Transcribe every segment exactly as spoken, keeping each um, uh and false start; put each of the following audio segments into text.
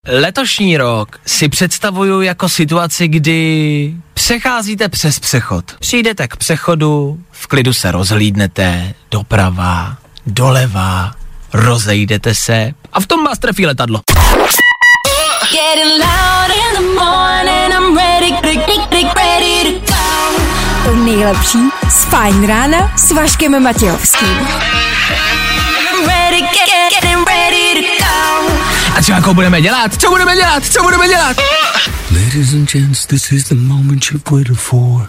Letošní rok si představuju jako situaci, kdy přecházíte přes přechod. Přijdete k přechodu, v klidu se rozhlídnete, doprava, doleva, rozejdete se a v tom vás trefí letadlo. To nejlepší z Fajn rána s Vaškem Matějovským. A co jako budeme dělat? Co budeme dělat? Co budeme dělat? Ladies and gents, this is the moment you've waited for.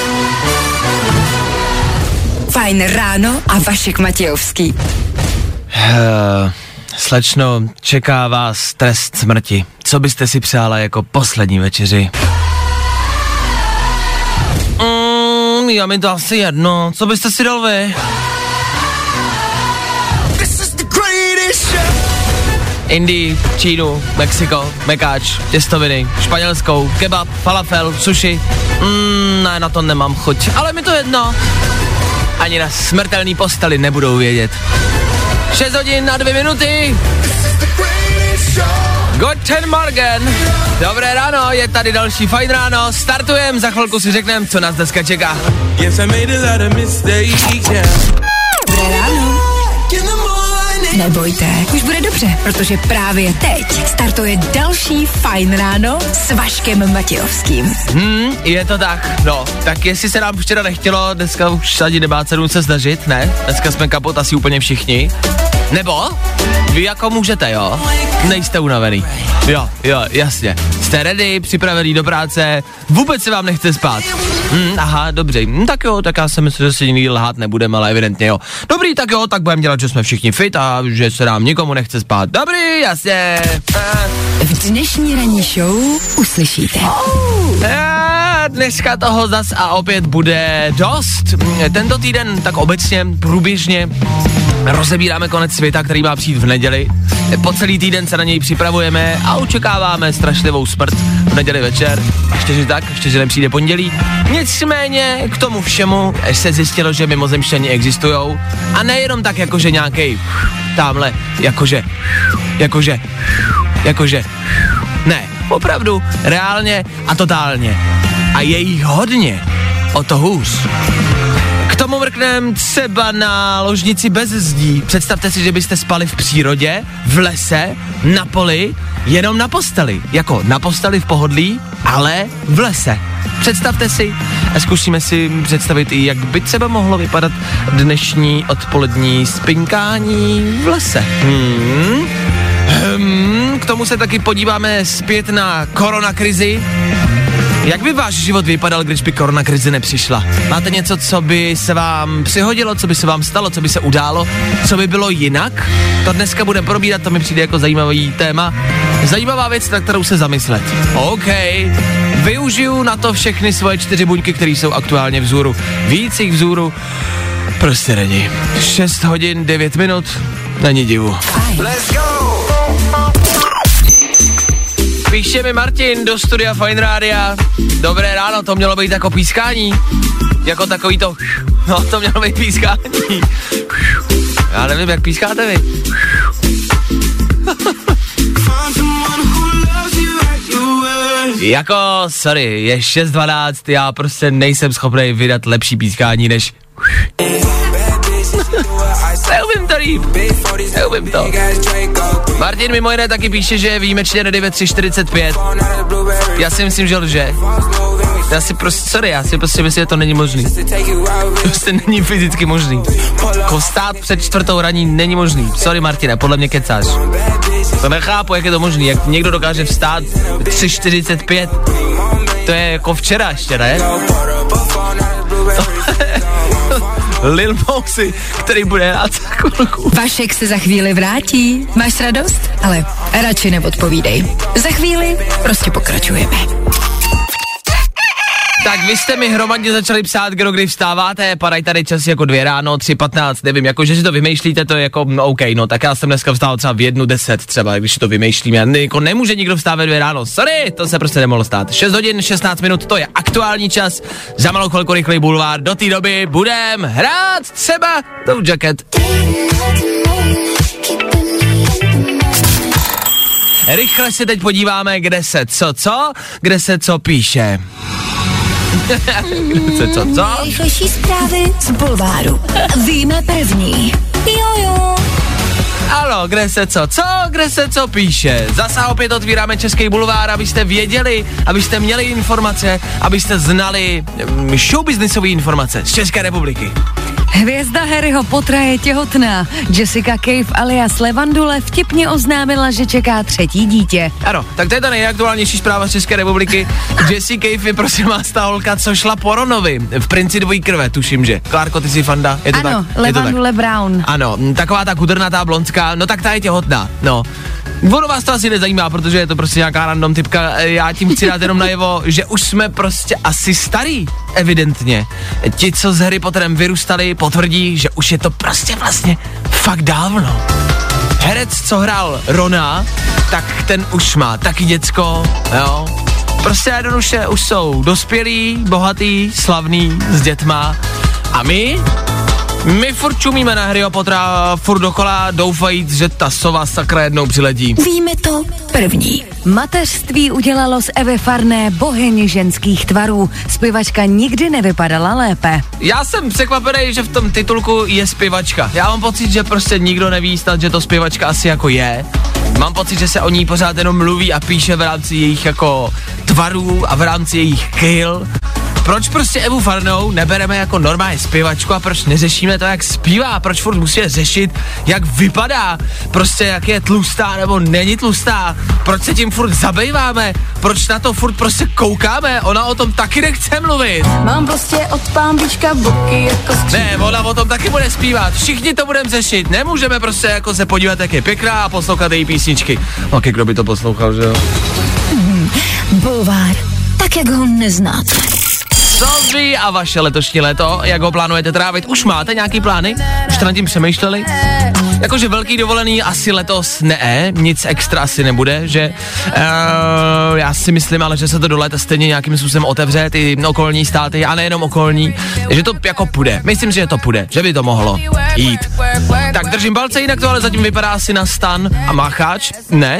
Fajn ráno a Vašek Matějovský. Uh, slečno, čeká vás trest smrti. Co byste si přála jako poslední večeři? Mm, já mi to asi jedno. Co byste si dal vy? Indii, Čínu, Mexiko, mekáč, těstoviny, španělskou, kebab, falafel, sushi. Mm, ne, na to nemám chuť, ale mi to jedno. Ani na smrtelný posteli nebudou vědět. šest hodin a dvě minuty. Guten Morgen. Dobré ráno, je tady další Fajn ráno. Startujem, za chvilku si řekneme, co nás dneska čeká. Dobré ráno. Nebojte, už bude dobře, protože právě teď startuje další Fajn ráno s Vaškem Matějovským. Hmm, je to tak, no, tak jestli se nám včera nechtělo, dneska už ani nemá cenu se snažit, ne? Dneska jsme kapot asi úplně všichni. Nebo? Vy jako můžete, jo? Nejste unavený. Jo, jo, jasně. Jste ready, připravený do práce, vůbec se vám nechce spát. Hmm, aha, dobře, hm, tak jo, tak já si myslím, že si nikdy lhát nebudeme, ale evidentně jo. Dobrý, tak jo, tak budeme dělat, že jsme všichni fit a že se nám nikomu nechce spát. Dobrý, jasně. V dnešní ranní show uslyšíte. Oh. A dneska toho zas a opět bude dost. Tento týden tak obecně, průběžně rozebíráme konec světa, který má přijít v neděli. Po celý týden se na něj připravujeme a očekáváme strašlivou smrt v neděli večer. Ještě, že tak, ještě, že nepřijde pondělí. Nicméně k tomu všemu se zjistilo, že mimozemšťani existujou. A nejenom tak, jakože nějakej tamhle, jakože, jakože, jakože, ne, opravdu, reálně a totálně. A je jich hodně, o to hůř. K tomu mrknem třeba na ložnici bez zdí. Představte si, že byste spali v přírodě, v lese, na poli, jenom na posteli. Jako na posteli v pohodlí, ale v lese. Představte si a zkusíme si představit i, jak by třeba mohlo vypadat dnešní odpolední spinkání v lese. Hmm. Hmm. K tomu se taky podíváme zpět na koronakrizi. Jak by váš život vypadal, když by koronakrize nepřišla? Máte něco, co by se vám přihodilo, co by se vám stalo, co by se událo, co by bylo jinak? To dneska budeme probírat, to mi přijde jako zajímavý téma. Zajímavá věc, na kterou se zamyslet. OK, využiju na to všechny svoje čtyři buňky, které jsou aktuálně vzhůru. Víc jich vzhůru prostě není. šest hodin, devět minut, není divu. Let's go! Píše mi Martin do studia Fajn rádia. Dobré ráno, to mělo být jako pískání. Jako takový to, no to mělo být pískání. Já nevím, jak pískáte vy. Jako, sorry, je šest dvanáct, já prostě nejsem schopný vydat lepší pískání než... Neumím to líp, neumím to. Martin mimo jiné taky píše, že je výjimečně ready ve tři čtyřicet pět. Já si myslím, že lže. Já si prostě, sorry, já si prostě myslím, že to není možný. Prostě není fyzicky možný. Jako vstát před čtvrtou raní není možný. Sorry Martine, podle mě kecáš. To nechápu, jak je to možný, jak někdo dokáže vstát tři čtyřicet pět. To je jako včera ještě, ne? Lil Mousy, který bude hrát za chvilku. Vašek se za chvíli vrátí. Máš radost? Ale radši neodpovídej. Za chvíli prostě pokračujeme. Tak vy jste mi hromadně začali psát, kdo kdy vstáváte, padají tady časy jako dvě ráno, tři patnáct, nevím, jako že si to vymýšlíte, to je jako, no, OK, no, tak já jsem dneska vstál třeba v jednu deset třeba, když si to vymýšlím, já ne, jako nemůže nikdo vstávat dvě ráno, sorry, to se prostě nemohlo stát. šest hodin, šestnáct minut, to je aktuální čas, za malou chvilku rychlej bulvár, do té doby budem hrát třeba Doja Jacket. Rychle se teď podíváme, kde se co co, kde se co píše. Kde se co co? Nejrychlejší zprávy z bulváru. Víme první. Jojo. Ano, kde se co co, kde se co píše. Zase opět otvíráme Český bulvár, abyste věděli, abyste měli informace, abyste znali um, showbiznisové informace z České republiky. Hvězda Harryho Pottera je těhotná. Jessica Cave alias Levandule vtipně oznámila, že čeká třetí dítě. Ano, tak to je ta nejaktuálnější zpráva z České republiky. Jessie Cave je prosím vás ta holka, co šla po Ronovi v Princi dvojí krve, tuším, že. Klárko, ty jsi fanda? Je to ano, tak? Levandule Je to tak? Brown. Ano, taková ta kudrnatá blondská, no tak ta je těhotná, no. Ono vás to asi nezajímá, protože je to prostě nějaká random typka. Já tím chci dát jenom najevo, že už jsme prostě asi starý, evidentně. Ti, co s Harry Potterem vyrůstali, potvrdí, že už je to prostě vlastně fakt dávno. Herec, co hrál Rona, tak ten už má taky děcko, jo. Prostě jednoduše už jsou dospělí, bohatý, slavný, s dětma. A my? My furt čumíme na Harryho Pottera, furt dokola doufajíc, že ta sova sakra jednou přiletí. Víme to první. Mateřství udělalo z Evy Farné bohyni ženských tvarů. Zpěvačka nikdy nevypadala lépe. Já jsem překvapený, že v tom titulku je zpěvačka. Já mám pocit, že prostě nikdo neví snad, že to zpěvačka asi jako je. Mám pocit, že se o ní pořád jenom mluví a píše v rámci jejich jako tvarů a v rámci jejich kyl. Proč prostě Evu Farnou nebereme jako normální zpěvačku a proč neřešíme to, jak zpívá? Proč furt musíme řešit, jak vypadá? Prostě jak je tlustá nebo není tlustá? Proč se tím furt zabýváme? Proč na to furt prostě koukáme? Ona o tom taky nechce mluvit. Mám prostě od pámbička boky jako skříň. Ne, ona o tom taky bude zpívat. Všichni to budeme řešit. Nemůžeme prostě jako se podívat, jak je pěkná a poslouchat její písničky. No, kdo by to poslouchal, že jo? Hmm, bulvár, tak jak ho neznáte. Co vy a vaše letošní léto, jak ho plánujete trávit? Už máte nějaký plány? Už jste nad tím přemýšleli? Jakože velký dovolený asi letos ne, nic extra asi nebude, že uh, já si myslím, ale že se to do léta stejně nějakým způsobem otevře, ty okolní státy a nejenom okolní, že to jako půjde. Myslím, že to půjde, že by to mohlo jít. Tak držím palce, jinak to ale zatím vypadá asi na stan a macháč, ne?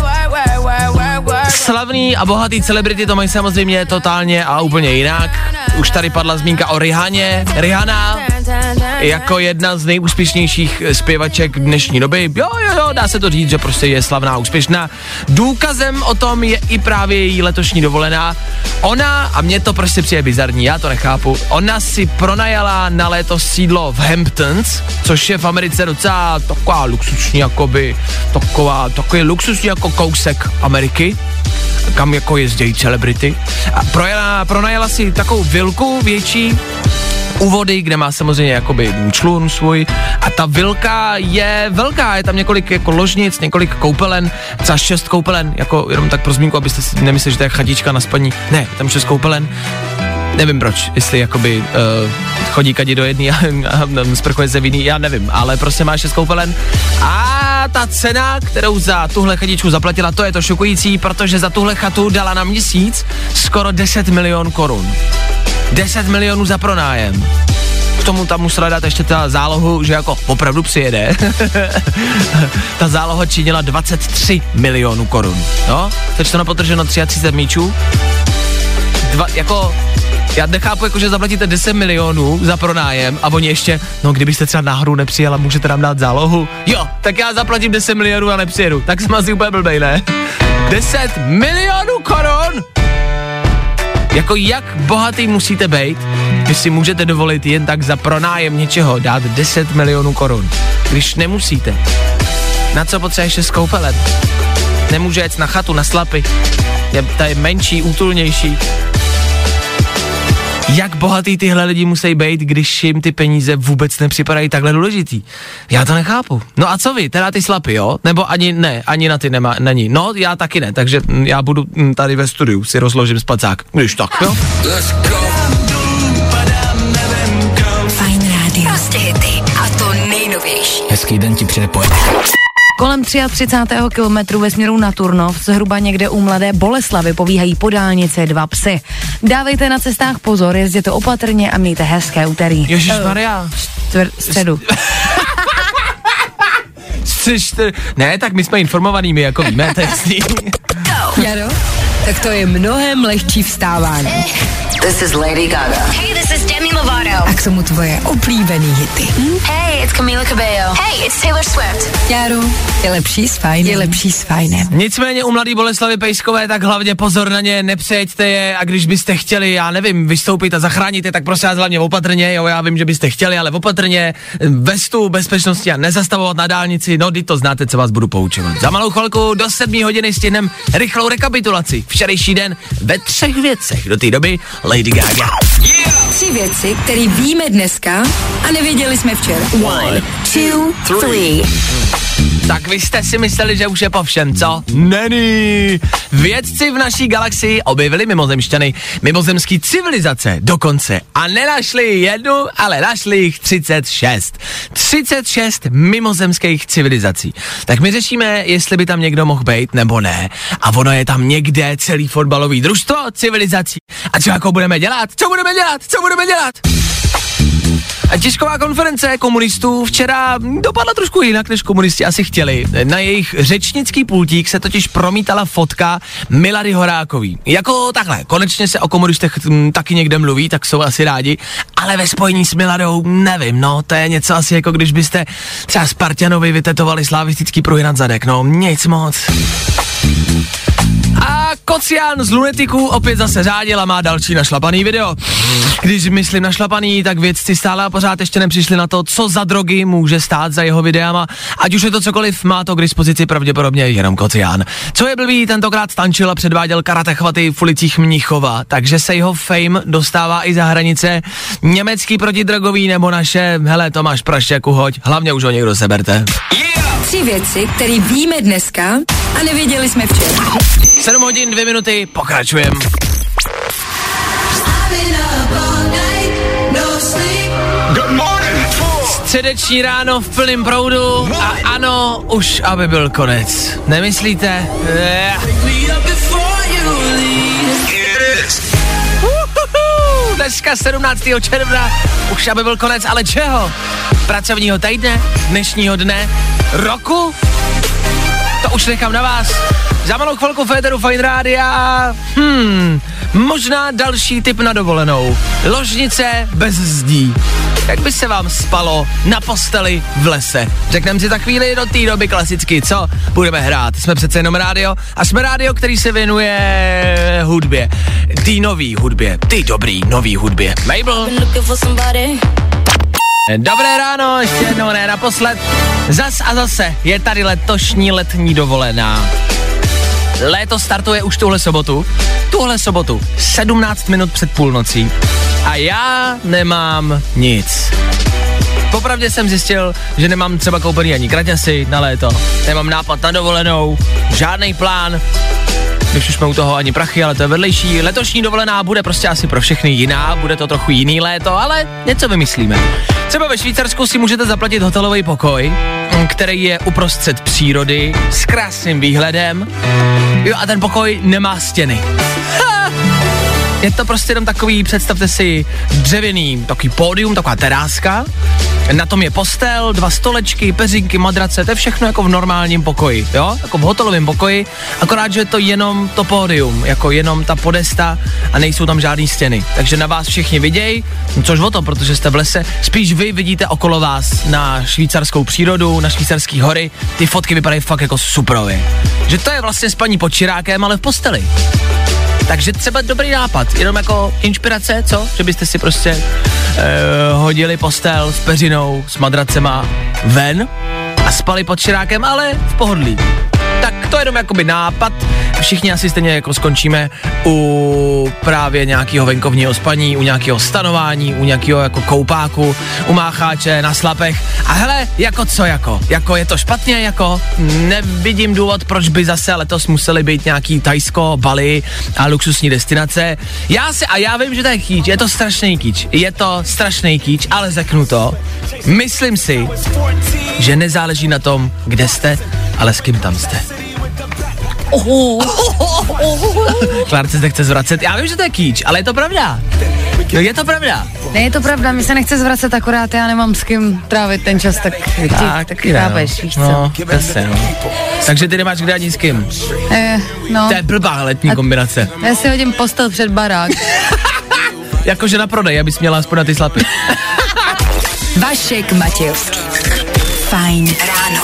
Slavný a bohatý celebrity to mají samozřejmě totálně a úplně jinak. Už tady padla zmínka o Rihaně. Rihanna jako jedna z nejúspěšnějších zpěvaček dnešní doby. Jo, jo, jo, dá se to říct, že prostě je slavná a úspěšná. Důkazem o tom je i právě její letošní dovolená. Ona, a mně to prostě přijde bizarní, já to nechápu, ona si pronajala na léto sídlo v Hamptons, což je v Americe docela taková luxusní jakoby, taková, takový luxusní jako kousek Ameriky, kam jako jezdějí celebrity. A projela, pronajala si takovou vilku větší u vody, kde má samozřejmě jakoby člun svůj a ta vilka je velká, je tam několik jako ložnic, několik koupelen, třeba šest koupelen, jako jenom tak pro zmínku, abyste si nemysleli, že to je chatička na spaní, ne, tam šest koupelen. Nevím proč, jestli jakoby uh, chodí kadi do jedný a, a sprchuje se v jiný, já nevím, ale prostě má šest koupelen. A ta cena, kterou za tuhle chatičku zaplatila, to je to šokující, protože za tuhle chatu dala na měsíc skoro deset milionů korun. deset milionů za pronájem. K tomu tam musela dát ještě ta zálohu, že jako opravdu přijede. Ta záloha činila dvacet tři milionů korun. No, teď to napotrženo třicet tři míčů. Dva, jako... Já nechápu, jako, že zaplatíte deset milionů za pronájem a oni ještě, no kdybyste třeba náhodou nepřijela, můžete nám dát zálohu? Jo, tak já zaplatím deset milionů a nepřijedu. Tak jsem asi úplně blbej, ne? deset milionů korun! Jako jak bohatý musíte být, vy si můžete dovolit jen tak za pronájem něčeho dát deset milionů korun. Když nemusíte. Na co potřebuješ šest koupelen? Nemůže jet na chatu, na slapy. Je, ta je menší, útulnější. Jak bohatý tyhle lidi musí být, když jim ty peníze vůbec nepřipadají takhle důležitý? Já to nechápu. No a co vy? Teda ty slapy, jo? Nebo ani ne, ani na ty nemá, není. No, já taky ne, takže já budu tady ve studiu, si rozložím spacák. Když tak, jo? Fajn rádio. Prostě hity. A to nejnovější. Hezký den ti přeje pojet. Kolem třicátého třetího kilometru ve směru na Turnov, zhruba někde u Mladé Boleslavy, pobíhají po dálnici dva psy. Dávejte na cestách pozor, jezděte opatrně a mějte hezké úterý. Ježišmarja. Čtvr, středu. tři, čtyři, ne, tak my jsme informovaní, my jako víme, to je jasný. Jaro, tak to je mnohem lehčí vstávání. This is Lady Gaga. Hey, this is Demi Lovato. A k tomu tvoje oblíbený hity. Hm? Hey, it's Camila Cabello. Hey, it's Taylor Swift. Jaro, je lepší s fajnem. Je lepší s fajnem. Nicméně u mladý Boleslavy Pejskové, tak hlavně pozor na ně, nepřejeďte je a když byste chtěli, já nevím, vystoupit a zachránit je, tak prosím vás hlavně opatrně, jo, já vím, že byste chtěli, ale opatrně, vestu bezpečnosti a nezastavovat na dálnici, no, to znáte, co vás budu poučovat. Za malou chvilku do sedmí hodiny stihnem rychlou rekapitulaci. Včerejší den ve třech věcech. Do té doby Lady Gaga. Yeah! Tři věci, které víme dneska a nevěděli jsme včera. One, two, three. Tak vy jste si mysleli, že už je po všem, co? Není. Vědci v naší galaxii objevili mimozemšťany, mimozemský civilizace dokonce a nenašli jednu, ale našli jich třicet šest. třicet šest mimozemských civilizací. Tak my řešíme, jestli by tam někdo mohl být nebo ne. A ono je tam někde celý fotbalový družstvo civilizací. A co jako budeme dělat? Co budeme dělat? Co budeme dělat? A tisková konference komunistů včera dopadla trošku jinak, než komunisti asi chtěli. Na jejich řečnický pultík se totiž promítala fotka Milady Horákový. Jako takhle, konečně se o komunistech m, taky někde mluví, tak jsou asi rádi, ale ve spojení s Miladou nevím, no, to je něco asi jako když byste třeba Spartanovi vytetovali slavistický pruhy nad zadek, no, nic moc. A Kocián z Lunetiků opět zase řádil a má další našlapaný video. Když myslím našlapaný, tak vědci stále a pořád ještě nepřišli na to, co za drogy může stát za jeho videama. Ať už je to cokoliv, má to k dispozici pravděpodobně jenom Kocián. Co je blbý, tentokrát stančil a předváděl karate chvaty v ulicích Mnichova, takže se jeho fame dostává i za hranice. Německý protidrogový nebo naše, hele Tomáš Prašek, uhoď, hlavně už ho někdo seberte. Yeah! Tři věci, které víme dneska a nevěděli jsme včera. sedm hodin, dvě minuty, pokračujem. Středeční ráno v plném proudu a ano, už aby byl konec. Nemyslíte? Dneska sedmnáctého června, už aby byl konec, ale čeho? Pracovního týdne, dnešního dne, roku? To už nechám na vás. Za malou chvilku Féteru Fajn Rádia a hmm, možná další tip na dovolenou. Ložnice bez zdí. Jak by se vám spalo na posteli v lese? Řekneme si za chvíli do té doby klasicky, co? Budeme hrát. Jsme přece jenom rádio a jsme rádio, který se věnuje hudbě. Tý nový hudbě, ty dobrý nový hudbě. Mabel. Dobré ráno, ještě jednou ne naposled. Zas a zase je tady letošní letní dovolená. Léto startuje už tuhle sobotu. Tuhle sobotu, sedmnáct minut před půlnocí. A já nemám nic. Popravdě jsem zjistil, že nemám třeba koupený ani kraťasy na léto. Nemám nápad na dovolenou, žádný plán. Když už jsme u toho ani prachy, ale to je vedlejší. Letošní dovolená bude prostě asi pro všechny jiná, bude to trochu jiný léto, ale něco vymyslíme. Třeba ve Švýcarsku si můžete zaplatit hotelový pokoj, který je uprostřed přírody, s krásným výhledem. Jo, a ten pokoj nemá stěny. Ha! Je to prostě jenom takový, představte si, dřevěný, takový pódium, taková teráska. Na tom je postel, dva stolečky, peřinky, madrace, to je všechno jako v normálním pokoji, jo? Jako v hotelovém pokoji, akorát, že je to jenom to pódium, jako jenom ta podesta a nejsou tam žádný stěny. Takže na vás všichni vidějí, což o to, protože jste v lese, spíš vy vidíte okolo vás na švýcarskou přírodu, na švýcarský hory, ty fotky vypadají fakt jako superově. Že to je vlastně spaní pod čirákem, ale v posteli. Takže třeba dobrý nápad, jenom jako inspirace, co? Že byste si prostě eh, hodili postel s peřinou, s madracema ven a spali pod čirákem, ale v pohodlí. Tak to je jenom jakoby nápad. Všichni asi stejně jako skončíme u právě nějakého venkovního spaní, u nějakého stanování, u nějakého jako koupáku, u mácháče, na slapech. A hele, jako co jako? Jako je to špatně, jako nevidím důvod, proč by zase letos museli být nějaký Thajsko, Bali a luxusní destinace. Já si, a já vím, že to je kýč, je to strašný kýč, je to strašný kýč, ale řeknu to. Myslím si, že nezáleží na tom, kde jste, ale s kým tam jste. Oho. Klárce se chce zvracet. Já vím, že to je kýč, ale je to pravda. No je to pravda. Ne, je to pravda, mi se nechce zvracet, akorát já nemám s kým trávit ten čas, tak ty, tak, tak chápeš, víš co. No, jasně, no. Takže ty nemáš kde ani s kým. Eh, no. To je blbá letní A kombinace. Já si hodím postel před barák. Jakože na prodej, abys měla aspoň na ty slapy. Vašek Matějovský. Fajn ráno.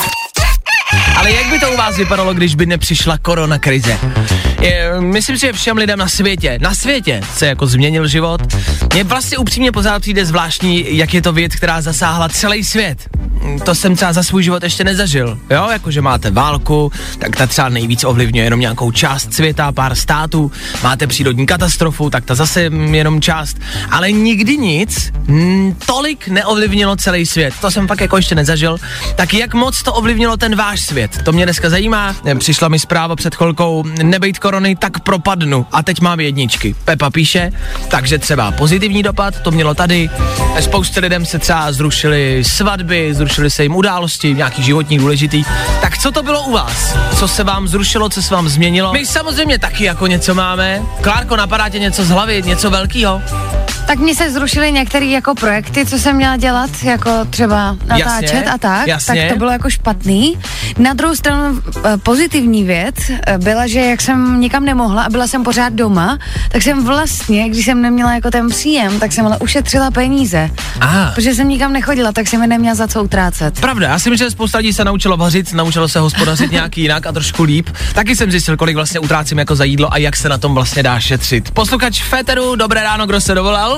Ale jak by to u vás vypadalo, když by nepřišla koronakrize? Je, myslím si, že všem lidem na světě, na světě se jako změnil život. Mně vlastně upřímně pořád přijde zvláštní, jak je to věc, která zasáhla celý svět. To jsem třeba za svůj život ještě nezažil, jo, jakože máte válku, tak ta třeba nejvíc ovlivňuje jenom nějakou část světa, pár států, máte přírodní katastrofu, tak ta zase jenom část, ale nikdy nic m, tolik neovlivnilo celý svět, to jsem fakt jako ještě nezažil. Tak jak moc to ovlivnilo ten váš svět, to mě dneska zajímá. Přišla mi zpráva před chvilkou, nebejt korony, tak propadnu a teď mám jedničky. Pepa píše, takže třeba pozitivní dopad, to mělo tady, spoustě lidem se třeba zrušily svatby, zrušily se jim události, nějaký životní důležitý. Tak co to bylo u vás? Co se vám zrušilo, co se vám změnilo? My samozřejmě taky jako něco máme. Klárko, napadá tě něco z hlavy, něco velkýho? Tak mi se zrušily některé jako projekty, co jsem měla dělat, jako třeba natáčet Jasně, a tak, jasně. tak to bylo jako špatný. Na druhou stranu pozitivní věc byla, že jak jsem nikam nemohla a byla jsem pořád doma, tak jsem vlastně, když jsem neměla jako ten příjem, tak jsem ale ušetřila peníze. Aha. Protože jsem nikam nechodila, tak jsem je neměla za co utrácet. Pravda, já si myslím, že spousta lidí se naučilo vařit, naučilo se hospodařit nějak jinak a trošku líp. Taky jsem zjistil, kolik vlastně utrácím jako za jídlo a jak se na tom vlastně dá šetřit. Posluchač Féteru, dobré ráno, kdo se dovolal?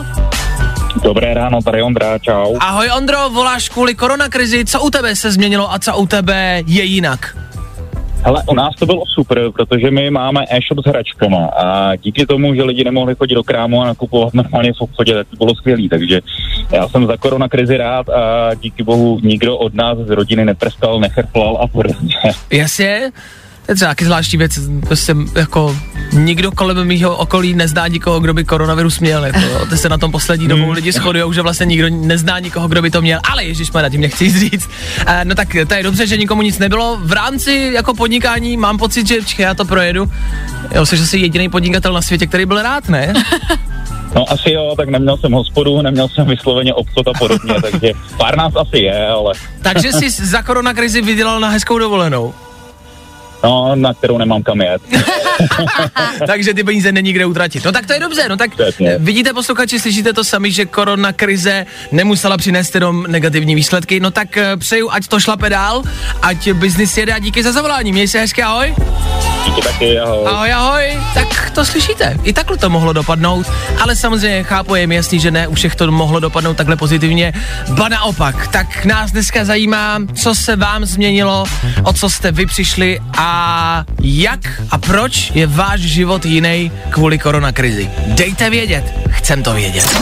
Dobré ráno, tady Ondra, čau. Ahoj Ondro, voláš kvůli koronakrizi, co u tebe se změnilo a co u tebe je jinak? Hele, u nás to bylo super, protože my máme e-shop s hračkama a díky tomu, že lidi nemohli chodit do krámu a nakupovat normálně v obchodě, tak to bylo skvělý, takže já jsem za koronakrizi rád a díky bohu nikdo od nás z rodiny neprstal, nechrflal a podobně. Jasně, to je třeba taky zvláštní věc, prostě jako nikdo kolem mýho okolí nezná nikoho, kdo by koronavirus měl, jako, to se na tom poslední dobou lidi shodujou, že vlastně nikdo nezná nikoho, kdo by to měl, ale ježišmarja, tím nechci říct. E, no tak to je dobře, že nikomu nic nebylo. V rámci jako podnikání mám pocit, že čekaj, já to projedu. Já jsi asi jediný podnikatel na světě, který byl rád, ne? No asi jo, tak neměl jsem hospodu, neměl jsem vysloveně obchod a podobně, takže pár nás asi je, ale... Takže jsi za koronakrizi vydělal na hezkou dovolenou. No, na kterou nemám kam jet. Takže ty peníze není kde utratit. No tak to je dobře, no tak Přesně. Vidíte posluchači, slyšíte to sami, že koronakrize nemusela přinést jenom negativní výsledky, no tak přeju, ať to šlape dál, ať biznis jede a díky za zavolání, měj se hezky, ahoj. Díky taky, ahoj. Ahoj, ahoj, tak to slyšíte, i takhle to mohlo dopadnout, ale samozřejmě chápu, je mi jasný, že ne u všech to mohlo dopadnout takhle pozitivně, ba naopak, tak nás dneska zajímá, co se vám změnilo, o co jste vy přišli a jak a proč je váš život jiný kvůli koronakrizi. Dejte vědět, chcem to vědět.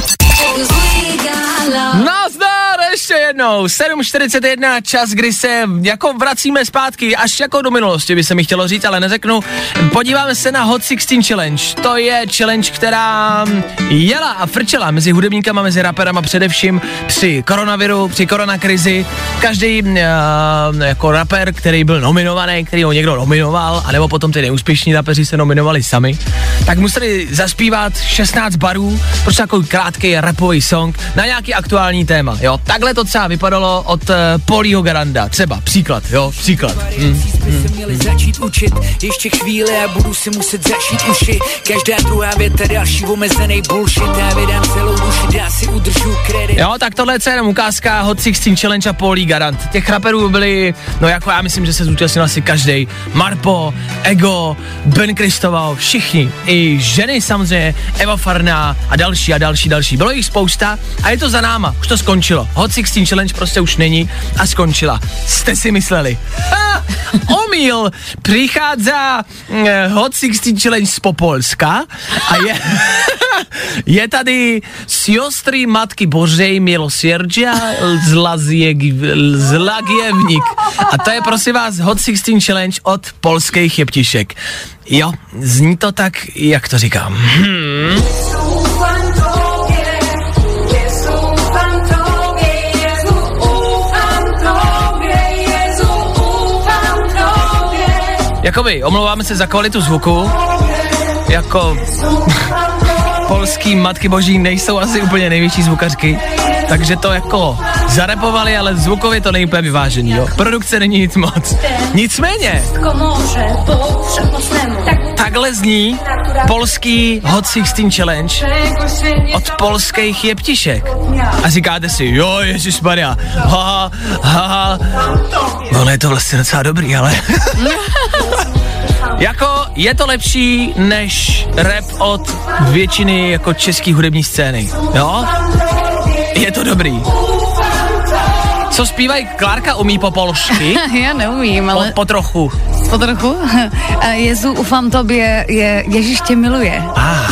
Nazdar, ještě jednou, sedm čtyřicet jedna, čas, kdy se jako vracíme zpátky, až jako do minulosti by se mi chtělo říct, ale neřeknu. Podíváme se na Hot šestnáct Challenge, to je challenge, která jela a frčela mezi hudebníkama, mezi raperama především při koronaviru, při koronakrizi. Každý uh, jako rapper, který byl nominovaný, který ho někdo nominoval, anebo potom ty neúspěšní rapeři se nominovali sami, tak museli zaspívat šestnáct barů, prostě takový krátký rapový song na nějaký aktuální téma, jo. Takhle to třeba vypadalo od uh, Polího Garanda, třeba, příklad, jo, příklad. Mm. Mm. Měli začít učit, ještě chvíli a budu si muset začít uši. Každá druhá věta další omezený bullshit. Já vydám celou duši, dá si udržu kredit. Jo, tak tohle je jenom ukázka Hot šestnáct Challenge a Polí Garant. Těch raperů byli, no jako já myslím, že se zúčastnil asi každej. Marpo, Ego, Ben Kristoval, všichni. I ženy samozřejmě, Eva Farná a další a další, další. Bylo jich spousta a je to za náma. Už to skončilo. Hot šestnáct Challenge prostě už není a skončila. Jste si mysleli. Ha, omyl. Přichází eh, Hot šestnáct Challenge z Popolska a je, je tady siostry Matky Božej Milosierdzia z Lagievnik. A to je prosím vás Hot šestnáct Challenge od polských chebtišek. Jo, zní to tak, jak to říkám. Hmm. Jakoby, omlouváme se za kvalitu zvuku, jako polský matky boží nejsou asi úplně největší zvukařky, takže to jako zarepovali, ale zvukově to není úplně vyvážený, jo. Produkce není nic moc. Nicméně, takhle zní polský Hot šestnáct Challenge od polských jeptišek. A říkáte si, jo, ježišmarja, haha, haha, no je to vlastně docela dobrý, ale... Jako je to lepší než rap od většiny jako český hudební scény, jo? Je to dobrý. Co zpívají? Klárka umí po polsky? Já neumím, ale... Po, po trochu. Po trochu? Jezu, ufám tobě, je Ježíš tě miluje. Ah.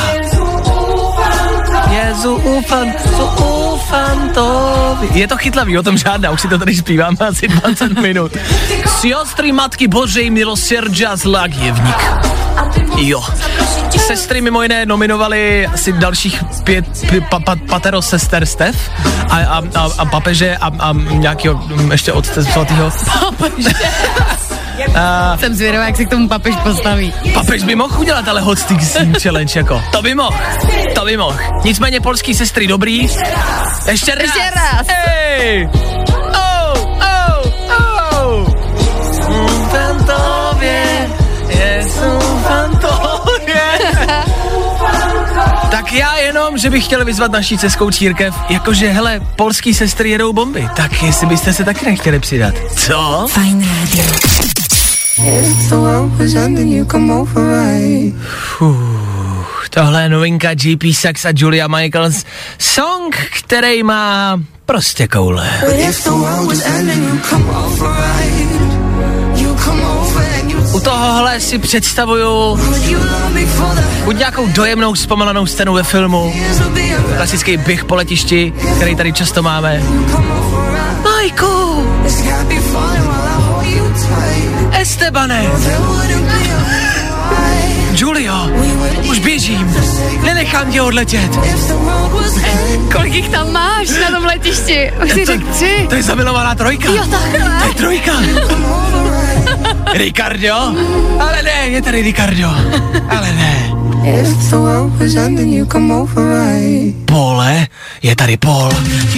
Jezu, ufám, ufám tobě. Je to chytlavý, o tom žádná, už si to tady zpíváme asi dvacet minut. Siostry Matky Božej milosrdia z Lagievník. Jo. Sestry mimo jiné nominovali asi dalších pět pa, pa, patero sesterstev a, a, a, a papeže a, a nějakého ještě otce svatýho. Papeže. A, jsem zvědavá, jak se k tomu papež postaví. Papež by mohl udělat ale Hot šestnáct Challenge jako. To by mohl, to by mohl. Nicméně polský sestry dobrý. Ještě raz. Ještě raz. Hej. Oh, oh, oh. Fantově, Jezu, fantově. Tak já jenom, že bych chtěl vyzvat naší českou církev, jakože hele, polský sestry jedou bomby, tak jestli byste se taky nechtěli přidat. Co? Fajn rádio. Fuh, tohle je novinka J P Sax a Julia Michaels, song, který má prostě koule. U tohohle si představuju buď nějakou dojemnou zpomalenou scénu ve filmu, klasický běh po letišti, který tady často máme. Majku! Estebane! Julio, už běžím, nenechám tě odletět. Kolik jich tam máš na tom letišti? Už si řekl tři. To je zamilovaná trojka. Jo, takhle. To je trojka. Ricardo? Ale ne, je tady Ricardo. Ale ne. Pole, je tady Paul.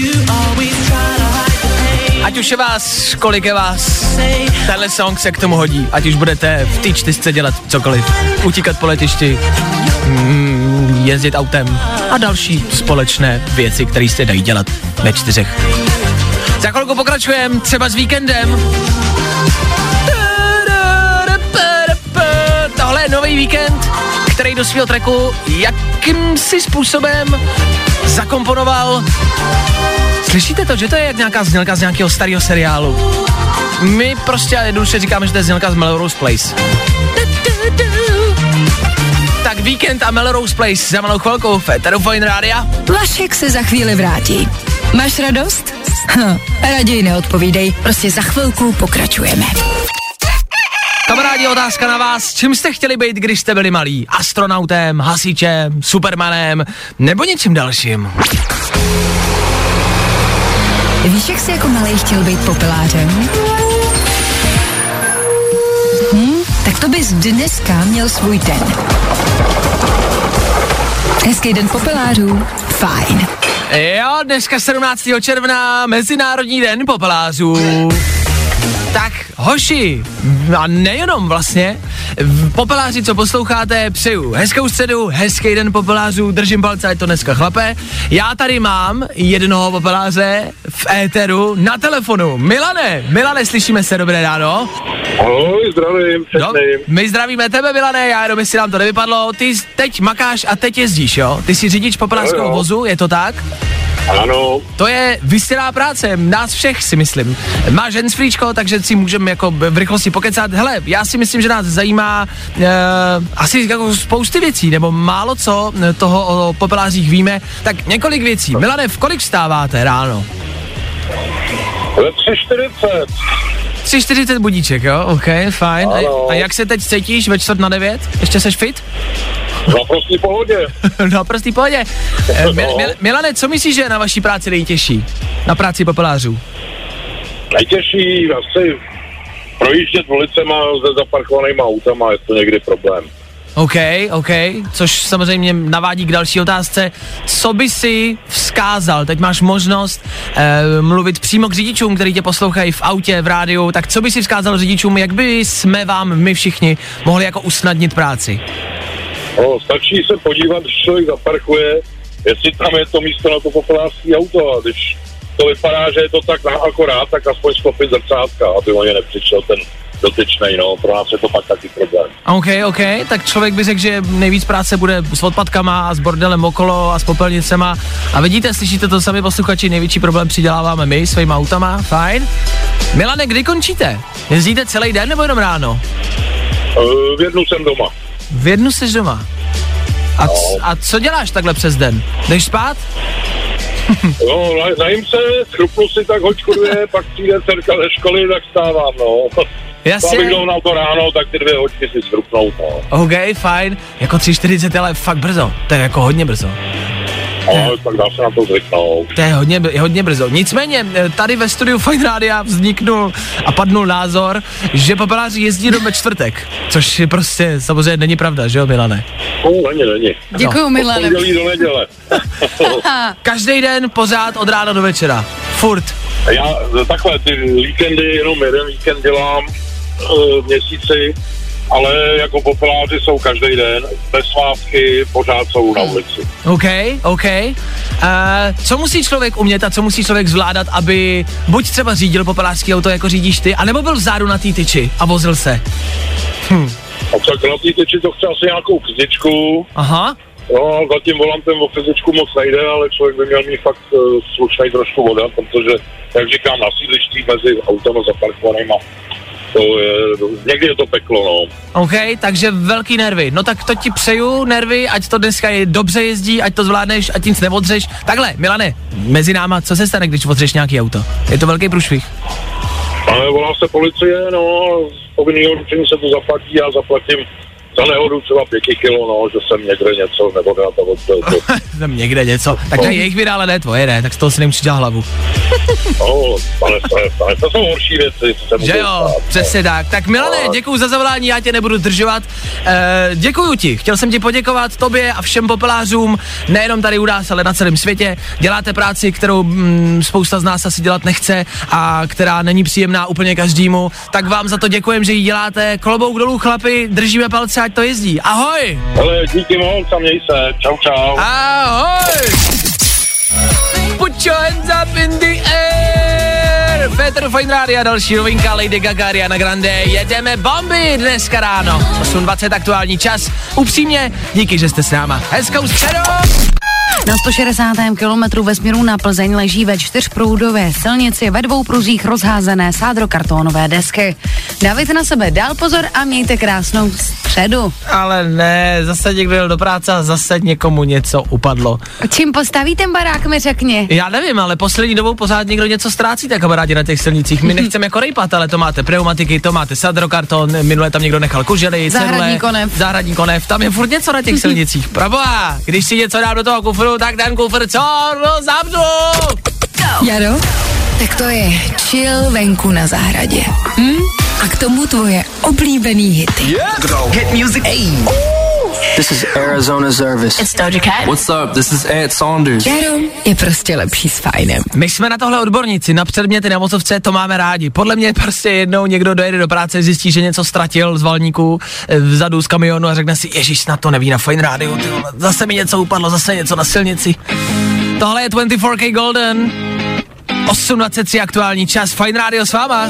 Ať už je vás, kolik je vás, tenhle song se k tomu hodí. Ať už budete v té čtyřce dělat cokoliv. Utíkat po letišti, mm, jezdit autem a další společné věci, které se dají dělat ve čtyřech. Za chvilku pokračujeme, třeba s víkendem. Tohle je nový víkend, který do svého tracku jakýmsi způsobem zakomponoval. Slyšíte to, že to je jak nějaká znělka z nějakého starého seriálu? My prostě jednoduše říkáme, že to je znělka z Melrose Place. Tak víkend a Melrose Place za malou chvilkou v éteru Fajn rádia. Vašek se za chvíli vrátí. Máš radost? Hm, raději neodpovídej, prostě za chvilku pokračujeme. Kamarádi, otázka na vás. Čím jste chtěli být, když jste byli malí? Astronautem, hasičem, supermanem nebo něčím dalším? Víš, jak jsi jako malej chtěl být popelářem? Hm, tak to bys dneska měl svůj den. Hezký den popelářů. Fajn. Jo, dneska sedmnáctého června, Mezinárodní den popelářů. Tak, hoši, a nejenom vlastně, popeláři, co posloucháte, přeju hezkou středu, hezký den popelářů, držím palce, ať to dneska chlape. Já tady mám jednoho popeláře v éteru na telefonu. Milane, Milane, slyšíme se, dobré ráno. Ahoj, zdravím, no, my zdravíme tebe, Milane, já jenom jestli nám to nevypadlo, ty teď makáš a teď jezdíš, jo? Ty jsi řidič popelářského vozu, je to tak? Ano. To je vystělá práce, nás všech si myslím. Máš handsfreečko, takže si můžeme jako v rychlosti pokecat. Hele, já si myslím, že nás zajímá uh, asi jako spousty věcí, nebo málo co toho o popelářích víme. Tak několik věcí. Milane, v kolik vstáváte ráno? Ve tři čtyřicet. tři čtyřicet budíček, jo? OK, fajn. A, a jak se teď cítíš ve čtvrt na devět? Ještě seš fit? Na prostý pohodě. Na prostý pohodě. Eh, Mil, Mil, Milane, co myslíš, že je na vaší práci nejtěžší? Na práci popelářů? Nejtěžší asi projíždět ulicema se zaparkovanýma autama je to někdy problém. OK, OK, což samozřejmě navádí k další otázce. Co by si vzkázal? Teď máš možnost eh, mluvit přímo k řidičům, kteří tě poslouchají v autě, v rádiu. Tak co by si vzkázal řidičům, jak by jsme vám, my všichni, mohli jako usnadnit práci? No, stačí se podívat, když člověk zaparkuje, jestli tam je to místo na to populářský auto, a když to vypadá, že je to tak na akorát, tak aspoň sklopit zrcátka, aby o ně nepřišel ten dotyčnej, no, pro nás je to pak taky problém. OK, OK, tak člověk by řekl, že nejvíc práce bude s odpadkama a s bordelem okolo a s popelnicema. A vidíte, slyšíte to sami posluchači, největší problém přiděláváme my svýma autama, fajn. Milane, kdy končíte? Jezdíte celý den nebo jenom ráno? Uh, v jednu jsem doma. V jednu jsi doma. A, c- a co děláš takhle přes den? Jdeš spát? No, najím se, chrupnu si tak hoďku dvě, pak přijde dcerka ze školy, tak stávám, no. Jasně. Abych jdou na to ráno, tak ty dvě hoďky si schrupnout, no. OK, fajn. Jako tři čtyřicet, ale fakt brzo. To je jako hodně brzo. Ale tak dá se na to zvyknout. To je hodně, hodně brzo. Nicméně, tady ve studiu Fajn Rádia vzniknul a padnul názor, že popeláři jezdí jenom ve čtvrtek. Což je prostě samozřejmě není pravda, že jo, Milane? No, není, není. Děkuju, Milane. Od pondělí do neděle. Každý den pořád od rána do večera. Furt. Já takhle, ty víkendy, jenom jeden víkend dělám uh, měsíci, ale jako popeláři jsou každý den, bez svátky, pořád jsou na ulici. OK, OK. Uh, co musí člověk umět a co musí člověk zvládat, aby buď třeba řídil popelářský auto, jako řídíš ty, anebo byl vzadu na té tyči a vozil se? Hm. A tak na té tyči to chce asi nějakou fyzičku. Aha. No, za tím volantem o fyzičku moc nejde, ale člověk by měl mít fakt uh, slušnej trošku voda, protože, jak říkám, na sídliští mezi autama zaparkovanýma, to je, někdy je to peklo, no. OK, takže velký nervy. No tak to ti přeju, nervy, ať to dneska je dobře jezdí, ať to zvládneš, ať nic neodřeš. Takhle, Milane, mezi náma, co se stane, když odřeš nějaký auto? Je to velký průšvih. Ale volá se policie, no, z povinného ručení se to zaplatí, já zaplatím za nehodu třeba pěti kilo, no, že jsem někde něco, nebo já to odbil. Jsem někde něco, tak to je jejich vina, ale ne tvoje, ne, tak z toho si nemusíš dělat hlavu. No, pane, pane, to jsou horší věci, co se můžou Že jo, stát, přesně no. tak. Tak Milane, děkuju za zavolání, já tě nebudu zdržovat. E, děkuju ti, chtěl jsem ti poděkovat tobě a všem popelářům, nejenom tady u nás, ale na celém světě. Děláte práci, kterou mm, spousta z nás asi dělat nechce a která není příjemná úplně každému. Tak vám za to děkujem, že ji děláte. Klobouk dolů, chlapi, držíme palce, ať to jezdí. Ahoj! Ale díky moc a měj se, čau čau. Ahoj! Put your hands up in the air! Petr Fajn Rádia, další novinka, Lady Gaga, Ariana Grande, jedeme bomby dneska ráno. osm dvacet aktuální čas. Upřímně, díky, že jste s náma. Hezkou středu! Na sto šedesátém kilometru ve směru na Plzeň leží ve čtyřproudové silnici ve dvou pruzích rozházené sádrokartonové desky. Dávejte na sebe dál pozor a mějte krásnou středu. Ale ne, zase někdo jel do práce a zase někomu něco upadlo. Čím postaví ten barák, mi řekni. Já nevím, ale poslední dobou pořád někdo něco ztrácíte, kamarádi, na těch silnicích. My nechceme jako rejpat, ale to máte pneumatiky, to máte sádrokarton, minule tam někdo nechal kužely, Zahradní cedule, konev. Zahradní konev, tam je furt něco na těch silnicích. Praboha, když si něco dám do toho kufru, tak ten kufr co? No, zavřu! Jaro? Tak to je chill venku na zahradě. Hm? A k tomu tvoje oblíbený hity. Yeah. Hit music. Hey. This is Arizona Zervis. It's Doja Cat. What's up? This is Ed Saunders. Jaro je prostě lepší s fajnem. My jsme na tohle odborníci, na předměty na mozovce, to máme rádi. Podle mě prostě jednou někdo dojede do práce, zjistí, že něco ztratil z valníku vzadu z kamionu a řekne si, ježiš, snad to neví na Fajn rádiu, ty vole, zase mi něco upadlo, zase něco na silnici. Tohle je dvacet čtyři K Golden. osm dvacet tři aktuální čas, Fajn rádio s váma.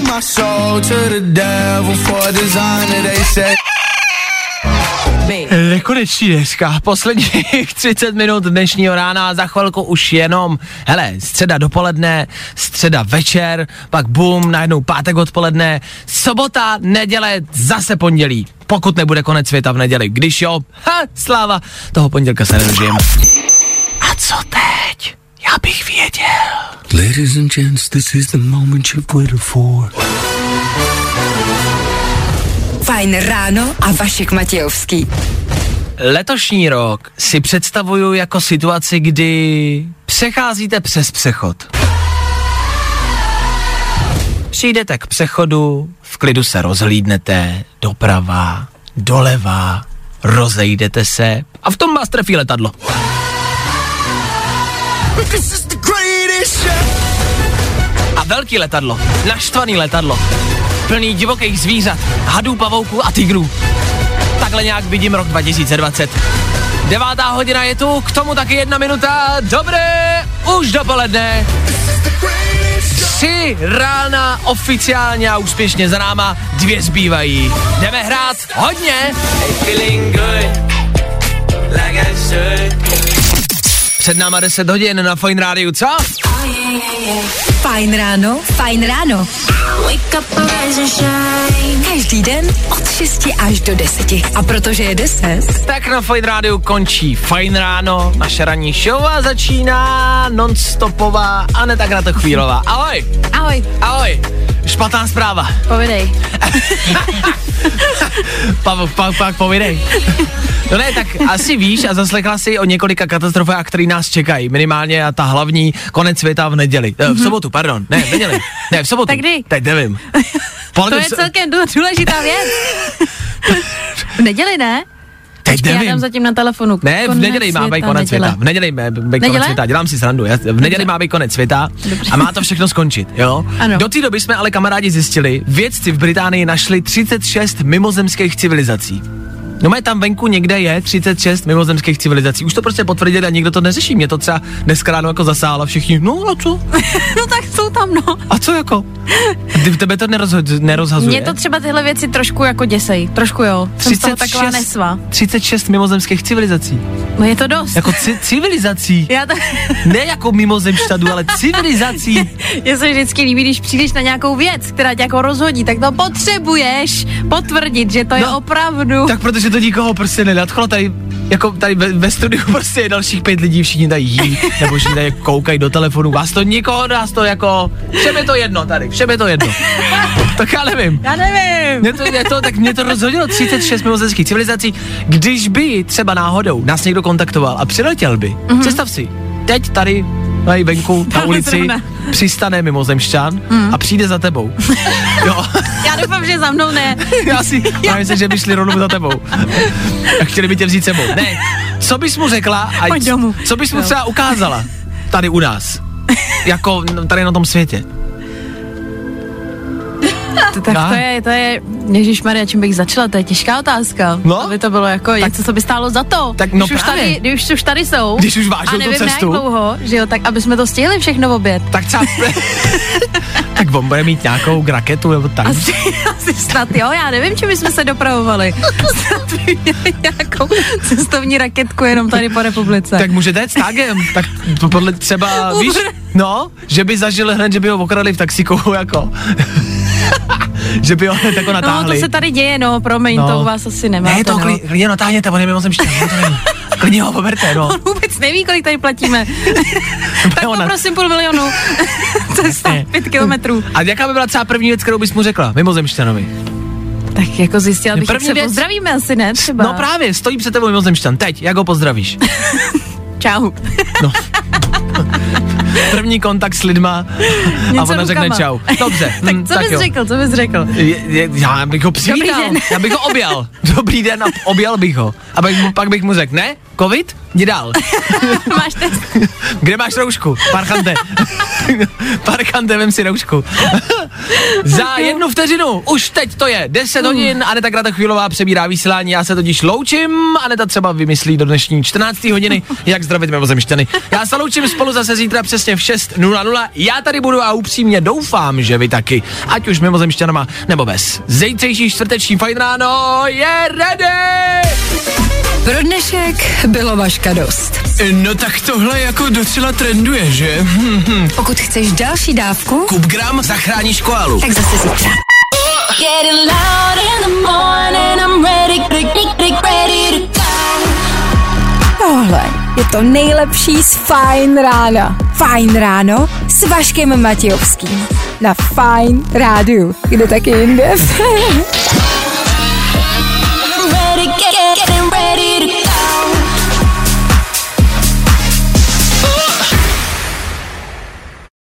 Nekonečný dneska, posledních třicet minut dnešního rána, za chvilku už jenom, hele, středa dopoledne, středa večer, pak bum, najednou pátek odpoledne, sobota, neděle, zase pondělí, pokud nebude konec světa v neděli, když jo, ha, sláva, toho pondělka se nedožijeme. A co teď? Já bych věděl. Ladies and gents, this is the moment you've waited for. Fajn ráno a Vašek Matějovský. Letošní rok si představuju jako situaci, kdy přecházíte přes přechod. Přijdete k přechodu, v klidu se rozhlídnete, doprava, doleva, rozejdete se a v tom vás trefí letadlo. A velký letadlo, naštvaný letadlo, plný divokých zvířat, hadů, pavouků a tigrů. Takhle nějak vidím rok dva tisíce dvacet. Devátá hodina je tu, k tomu taky jedna minuta. Dobré, už dopoledne. Tři rána oficiálně a úspěšně za náma, dvě zbývají. Jdeme hrát hodně. Před náma deset hodin na Fajn rádiu, co? Fajn ráno, fajn ráno. Každý den od šesti až do deseti. A protože je deset, tak na Fajn rádiu končí Fajn ráno, naše ranní show a začíná non-stopová Aneta Kratochvílová. Ahoj. Ahoj. Ahoj. Špatná zpráva. Povidej. Pak pa, pa, povidej. No ne, tak asi víš a zaslechla si o několika katastrofách, které nás čekají. Minimálně a ta hlavní konec světa v neděli. Mm-hmm. V sobotu, pardon. Ne, v neděli. Ne, v sobotu. Tak kdy? Teď nevím. To je celkem důležitá věc. V neděli, ne? Teď Počkej, nevím. já dám zatím na telefonu. Ne, v neděli má být konec světa. V neděli má být konec světa. Dělám si srandu. Já, v neděli má být konec světa. Dobře. A má to všechno skončit, jo? Ano. Do té doby jsme ale kamarádi zjistili, vědci v Británii našli třicet šest mimozemských civilizací. No mé tam venku někde je třicet šest mimozemských civilizací. Už to prostě potvrdili a nikdo to neřeší. Mě to třeba dneska ráno jako zasálo všichni. No a co? No tak jsou tam, no. A co jako? Tebe to nerozho- nerozhazuje? Mě to třeba tyhle věci trošku jako děsej. Trošku jo. Jsem z toho taková nesva. třicet šest mimozemských civilizací. No je to dost. Jako ci- civilizací. Já to... Ne jako mimozemšťadu, ale civilizací. Mně se vždycky líbí, když přijdeš na nějakou věc, která tě jako rozhodí, tak to potřebuješ potvrdit, že to je no, opravdu. Tak protože to nikoho prostě nenadchlo, tady jako tady ve, ve studiu prostě je dalších pět lidí, všichni tady jí, nebo všichni tady koukají do telefonu, vás to nikoho, nás to jako, všem je to jedno tady, všem je to jedno. Tak já nevím. Já nevím. Mě to, mě to, tak mě to rozhodilo třicet šest mimozemských civilizací, když by třeba náhodou nás někdo kontaktoval a přiletěl by, mm-hmm. představ si, teď tady tady venku na ulici přistane mimozemšťan mm. a přijde za tebou. Jo. Já doufám, že za mnou ne. Já si, já myslím, že by šli rovnou za tebou. A chtěli by tě vzít sebou. Ne, co bys mu řekla, a co, co bys mu no. třeba ukázala tady u nás, jako tady na tom světě? To, tak no. to je, to je, ježišmarja, čím bych začala, to je těžká otázka. No? Aby to bylo jako tak, něco, co by stálo za to. Tak no když, už tady, když už tady jsou. Když už vážou tu cestu. A nevím, jak dlouho, že jo, tak aby jsme to stihli všechno obět. Tak třeba, tak on bude mít nějakou raketu nebo tak. Asi, asi snad jo, já nevím, čím bychom se dopravovali. Snad by měli nějakou cestovní raketku jenom tady po republice. Tak můžete jet s tágem, tak podle třeba, víš, no, že by zažili hned, že by ho okradli v taxíku, jako. Že by ho hned jako natáhli. No, to se tady děje, no, promiň, no. To u vás asi nemáte. Ne, to no. klidně natáhněte, on je mimozemšťan, no to není. Klidně ho poberte, no. On vůbec neví, kolik tady platíme. Tak poprosím půl milionu. Cesta pět kilometrů. A jaká by byla třeba první věc, kterou bys mu řekla, mimozemšťanovi? Tak jako zjistila bych, jak se věc... pozdravíme asi, ne, třeba. No právě, stojí před tebou mimozemšťan, teď, jak ho pozdravíš? Čau. No. První kontakt s lidma a ona řekne čau. Dobře. Tak co bys tak řekl, co bys řekl? Je, je, já bych ho přivítal, já bych ho objal. Dobrý den a objal bych ho. A bych mu, pak bych mu řekl, ne, covid, jdi dál. Máš test? Kde máš roušku? Parchante. Parchante, vem si roušku. Za jednu vteřinu, už teď to je deset hodin, Aneta Kratochvílová přebírá vysílání, já se totiž loučím, Aneta třeba vymyslí do dnešní čtrnácté hodiny, jak zdravit mimozemšťany. Já se loučím spolu zase zítra přesně v šest nula nula, já tady budu a upřímně doufám, že vy taky, ať už mimozemšťanama nebo bez. Zítřejší čtvrteční Fajn ráno je ready! Pro dnešek bylo Vaška dost. No tak tohle jako docela trenduje, že? Pokud chceš další dávku, Kup gram, zachráníš koalu. tak zase zítra. Tohle je to nejlepší z Fajn rána. Fajn ráno s Vaškem Matějovským. Na Fajn rádiu. Kde taky jinde?